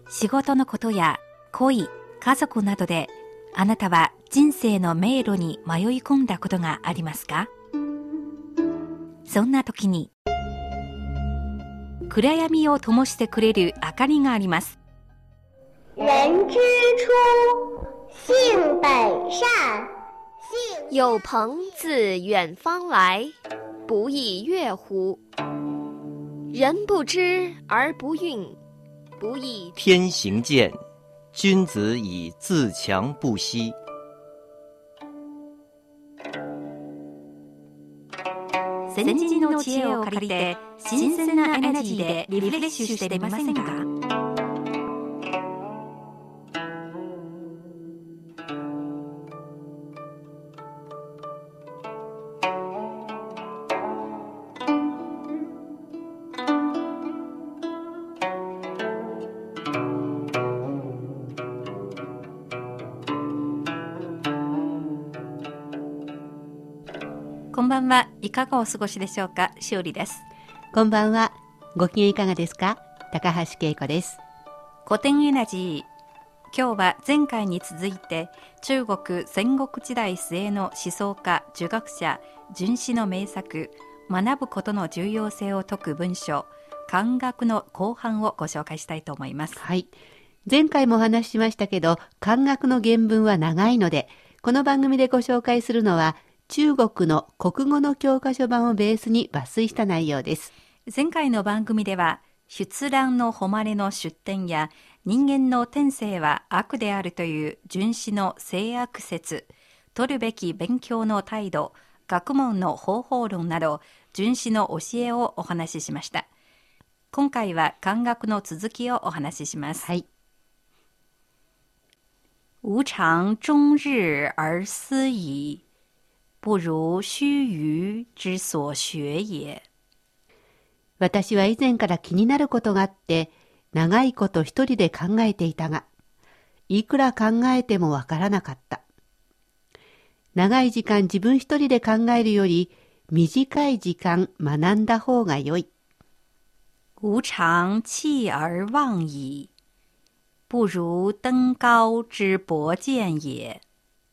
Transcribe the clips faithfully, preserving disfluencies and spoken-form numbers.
仕事のことや恋、家族などであなたは人生の迷路に迷い込んだことがありますか？そんな時に暗闇を灯してくれる明かりがあります。 人之初，性本善。 有朋自远方来，不亦乐乎？人不知而不愠，不亦天行健，君子以自强不息。 先人の知恵を借りて新鮮なエナジーでリフレッシュしてみませんか？こんばんは。いかがお過ごしでしょうか？しおりです。 こんばんは。ご機嫌いかがですか？高橋恵子です。 古典エナジー。今日は前回に続いて中国戦国時代末の思想家、儒学者、荀子の名作、学ぶことの重要性を説く文章、漢学の後半をご紹介したいと思います。 はい。前回もお話ししましたけど、漢学の原文は長いので、この番組でご紹介するのは中国の国語の教科書版をベースに抜粋した内容です。 前回の番組では、出乱の誉れの出典や人間の天性は悪であるという荀子の性悪説、取るべき勉強の態度、学問の方法論など、荀子の教えをお話ししました。今回は漢学の続きをお話しします。 はい。 吾常終日而思矣。不如須臾之所學也。 私は以前から気になることがあって、長いこと一人で考えていたが、いくら考えてもわからなかった。長い時間自分一人で考えるより、短い時間学んだ方がよい。 吾常棄而忘矣。不如登高之博見也。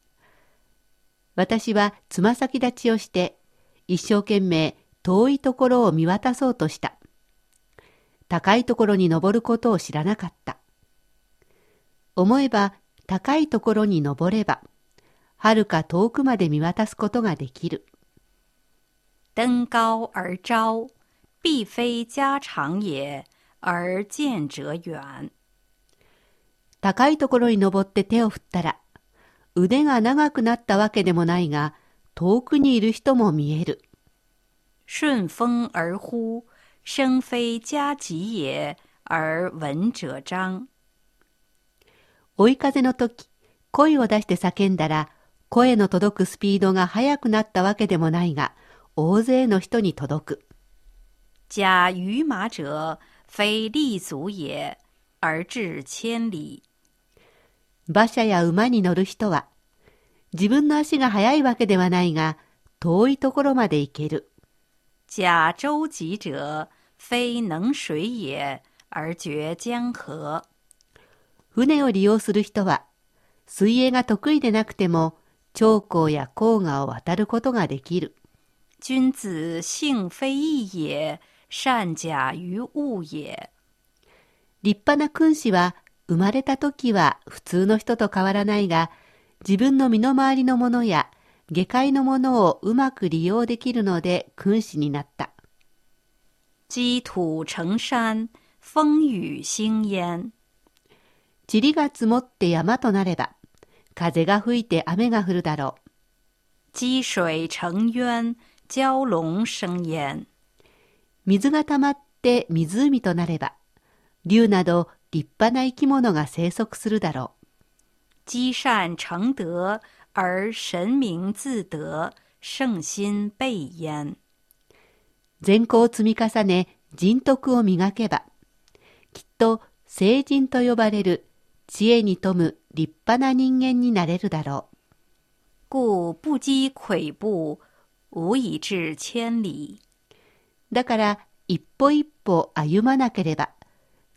私はつま先立ちをして、一生懸命遠いところを見渡そうとした。高いところに登ることを知らなかった。思えば高いところに登れば、はるか遠くまで見渡すことができる。 登高而招，必非家長也，而見者遠。 高いところに登って手を振ったら、腕が長くなったわけでもないが、遠くにいる人も見える。 順風而呼，聲非加急也，而聞者彰。 追い風の時、声を出して叫んだら、声の届くスピードが速くなったわけでもないが、大勢の人に届く。 甲於馬者，非利足也，而至千里。 馬車や馬に乗る人は、自分の足が速いわけではないが、遠いところまで行ける。 甲舟楫者，非能水也，而絕江河。 船を利用する人は、水泳が得意でなくても、長江や黄河を渡ることができる。 君子性非異也，善假於物也。 立派な君子は、生まれた時は普通の人と変わらないが、自分の身の回りのものや下界のものをうまく利用できるので君子になった。 積土成山，風雨興焉。 塵が積もって山となれば、風が吹いて雨が降るだろう。 積水成淵，蛟龍生焉。 水がたまって湖となれば、竜など立派な生き物が生息するだろう。 積善成德，而神明自得，聖心備焉。 善行を積み重ね、人徳を磨けば、きっと聖人と呼ばれる知恵に富む立派な人間になれるだろう。 故不積跬步，無以至千里。 だから一歩一歩歩まなければ、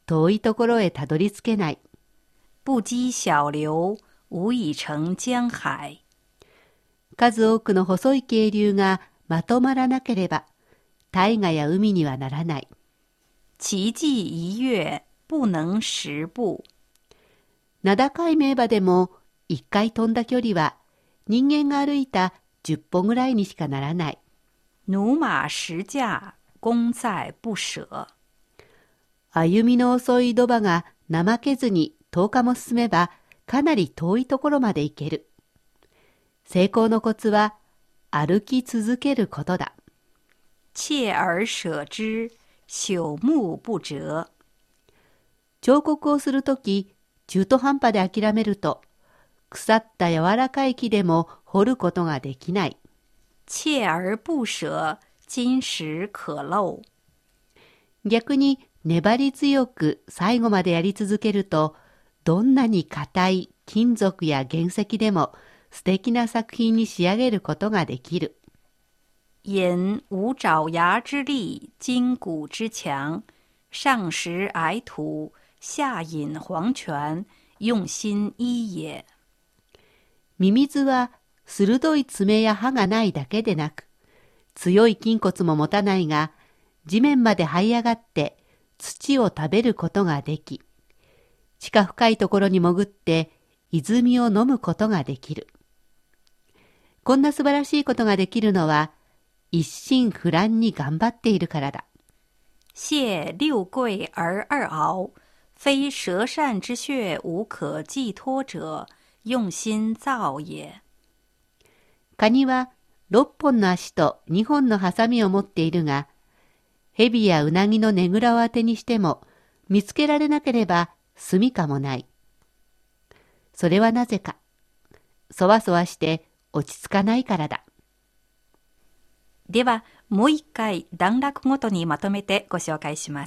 遠いところへたどり着けない。 不积小流、無以成江海。 数多くの細い渓流がまとまらなければ、大河や海にはならない。 奇迹一跃、不能十步。 名高い名馬でも一回飛んだ距離は人間が歩いたじゅっぽぐらいにしかならない。 驽馬十架、功在不舍。 歩みの遅い土馬が怠けずにとおかも進めばかなり遠いところまで行ける。成功のコツは歩き続けることだ。 锲而舍之、朽木不折。 彫刻をするとき、中途半端で諦めると、腐った柔らかい木でも彫ることができない。 锲而不舍、金石可镂。 逆に粘り強く最後までやり続けると、どんなに硬い金属や原石でも素敵な作品に仕上げることができる。 引无爪牙之力、筋骨之強。上食矮土、下飲黄泉、用心一也。 ミミズは鋭い爪や歯がないだけでなく、強い筋骨も持たないが、地面まで這い上がって土を食べることができ、地下深いところに潜って泉を飲むことができる。こんな素晴らしいことができるのは、一心不乱に頑張っているからだ。 蟹六跪而二螯、非舌善之穴无可寄托者、用心造也。 カニは六本の足と二本のハサミを持っているが、蛇やウナギのねぐらを当てにしても見つけられなければ住処もない。それはなぜか。そわそわして落ち着かないからだ。 では、もう一回段落ごとにまとめてご紹介します。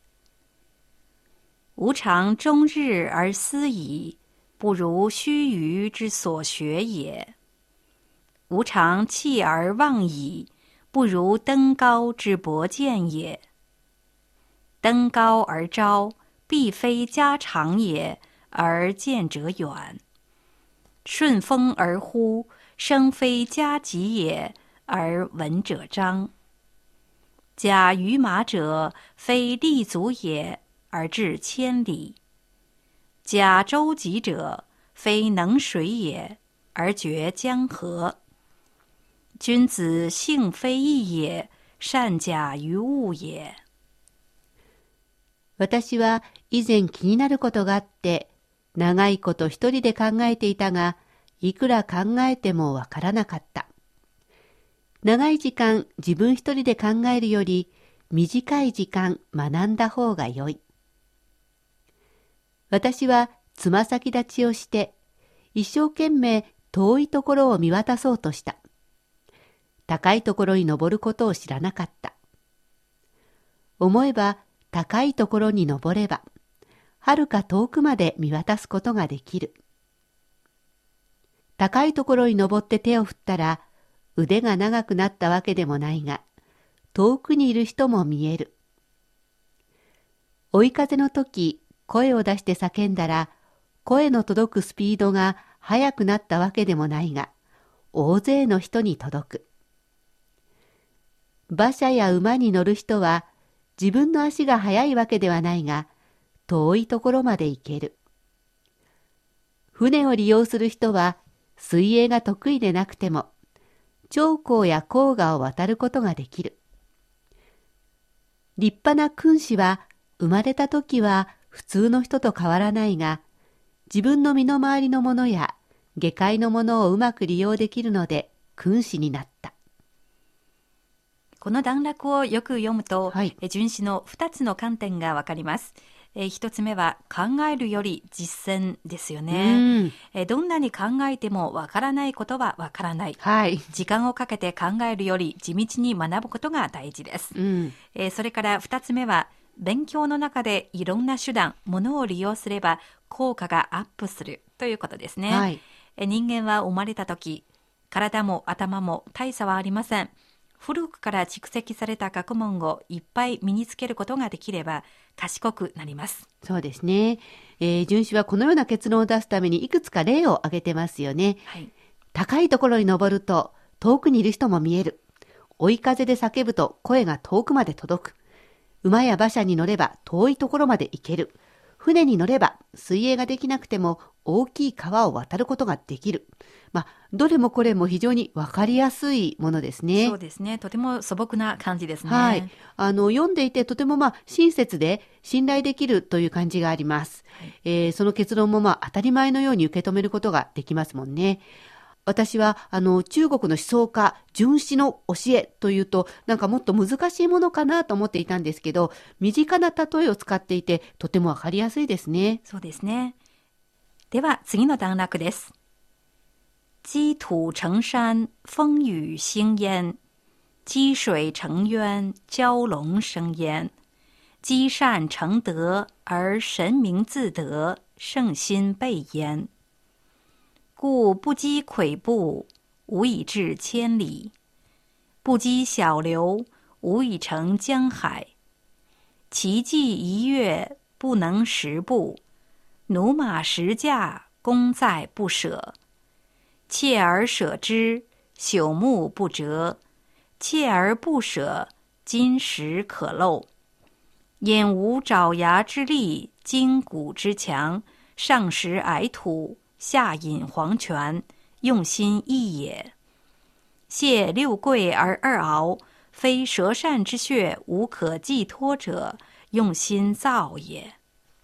吾常終日而思矣、不如须臾之所學也。吾常棄而忘矣、不如登高之博見也。登高而招、必非家常也，而見者遠。順風而呼、聲非加急也，而聞者彰。甲於馬者，非立足也，而至千里。甲舟楫者，非能水也，而絕江河。君子性非異也，善假於物也。 私は以前気になることがあって、長いこと一人で考えていたが、いくら考えてもわからなかった。長い時間自分一人で考えるより、短い時間学んだ方がよい。私はつま先立ちをして、一生懸命遠いところを見渡そうとした。高いところに登ることを知らなかった。思えば高いところに登れば、はるか遠くまで見渡すことができる。高いところに登って手を振ったら、腕が長くなったわけでもないが、遠くにいる人も見える。追い風の時、声を出して叫んだら、声の届くスピードが速くなったわけでもないが、大勢の人に届く。馬車や馬に乗る人は、自分の足が速いわけではないが、遠いところまで行ける。船を利用する人は、水泳が得意でなくても、長江や黄河を渡ることができる。立派な君子は、生まれた時は普通の人と変わらないが、自分の身の回りのものや下界のものをうまく利用できるので、君子になった。 この段落をよく読むと、 はい、 荀子のふたつの観点がわかります。えー、一つ目は考えるより実践ですよね。えー、どんなに考えてもわからないことはわからない、 はい、 時間をかけて考えるより地道に学ぶことが大事です。うん、えー、それから二つ目は勉強の中でいろんな手段、ものを利用すれば効果がアップするということですね。はい、えー、人間は生まれた時、体も頭も大差はありません。 古くから蓄積された学問をいっぱい身につけることができれば賢くなります。 そうですね。えー、荀子はこのような結論を出すためにいくつか例を挙げてますよね。 はい、 高いところに登ると遠くにいる人も見える。追い風で叫ぶと声が遠くまで届く。馬や馬車に乗れば遠いところまで行ける。船に乗れば水泳ができなくても大きい川を渡ることができる。まあ、どれもこれも非常にわかりやすいものですね。 そうですね。とても素朴な感じですね。 はい。あの、読んでいてとてもまあ親切で信頼できるという感じがあります。はい、えー、その結論もまあ当たり前のように受け止めることができますもんね。私はあの中国の思想家荀子の教えというとなんかもっと難しいものかなと思っていたんですけど、身近な例えを使っていてとてもわかりやすいですね。 そうですね。では次の段落です。积土成山，風雨興焉；積水成淵，蛟龍生焉；積善成德，而神明自得，聖心備焉。故不積跬步，無以至千里；不積小流，無以成江海。騏骥一躍，不能十步；驽馬十駕，功在不舍。锲而舍之，朽木不折；锲而不舍，金石可镂。眼無爪牙之利，筋骨之強，上食矮土，下飲黃泉，用心一也。瀉六桂而二敖，非舌善之穴無可寄托者，用心造也。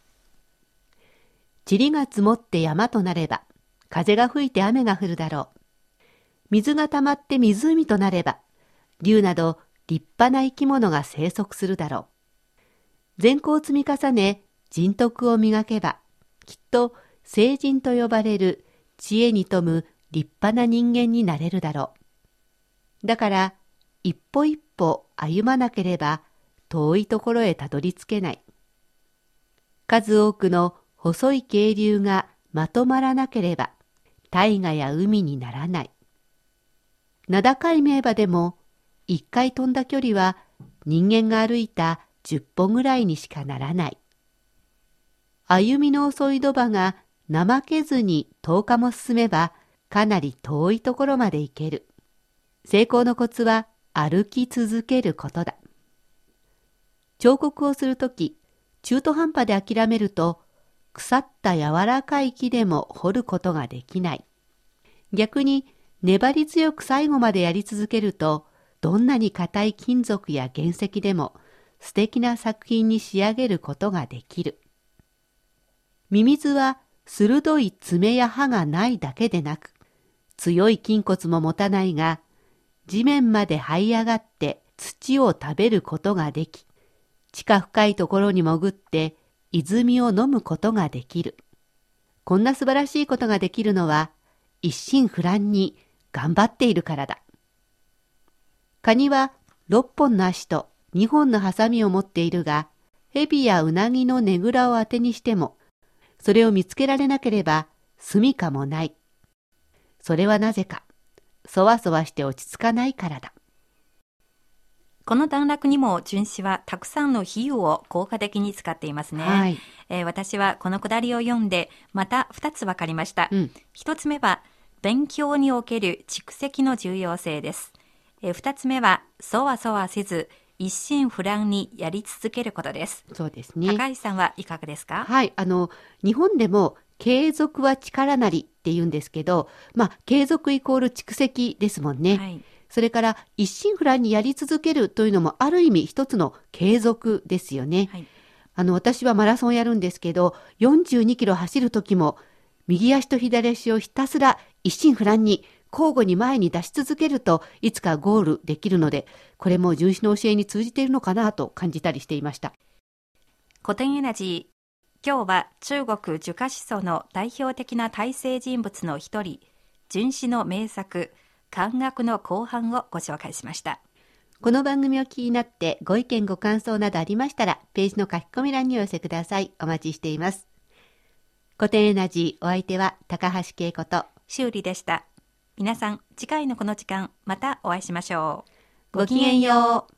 塵が積もって山となれば、風が吹いて雨が降るだろう。水が溜まって湖となれば、竜など立派な生き物が生息するだろう。善行を積み重ね、人徳を磨けば、きっと聖人と呼ばれる知恵に富む立派な人間になれるだろう。だから、一歩一歩歩まなければ、遠いところへたどり着けない。数多くの細い渓流がまとまらなければ、大河や海にならない。名高い名馬でも、一回飛んだ距離は人間が歩いた十歩ぐらいにしかならない。歩みの遅い賭馬が怠けずに十日も進めば、かなり遠いところまで行ける。成功のコツは歩き続けることだ。彫刻をするとき、中途半端で諦めると、腐った柔らかい木でも彫ることができない。逆に粘り強く最後までやり続けると、どんなに硬い金属や原石でも素敵な作品に仕上げることができる。ミミズは鋭い爪や歯がないだけでなく、強い筋骨も持たないが、地面まで這い上がって土を食べることができ、地下深いところに潜って泉を飲むことができる。こんな素晴らしいことができるのは、一心不乱に頑張っているからだ。カニは六本の足と二本のハサミを持っているが、蛇やウナギのねぐらを当てにしても、それを見つけられなければ住処もない。それはなぜか、そわそわして落ち着かないからだ。 この段落にも荀子はたくさんの比喩を効果的に使っていますね。はい、えー、私はこのくだりを読んでまたふたつ分かりました。うん、ひとつめは勉強における蓄積の重要性です。えー、ふたつめはそわそわせず一心不乱にやり続けることです。 そうですね。 高橋さんはいかがですか？ はい、あの日本でも継続は力なりって言うんですけど、まあ継続イコール蓄積ですもんね。はい、それから一心不乱にやり続けるというのもある意味一つの継続ですよね。はい、あの私はマラソンやるんですけど、よんじゅうにキロ走る時も右足と左足をひたすら一心不乱に交互に前に出し続けるといつかゴールできるので、これも荀子の教えに通じているのかなと感じたりしていました。 古典エナジー、今日は中国儒家思想の代表的な大成人物の一人、荀子の名作漢学の後半をご紹介しました。 この番組を気になってご意見ご感想などありましたら、ページの書き込み欄にお寄せください。お待ちしています。古典エナジー、お相手は高橋恵子と修理でした。皆さん、次回のこの時間またお会いしましょう。 ごきげんよう。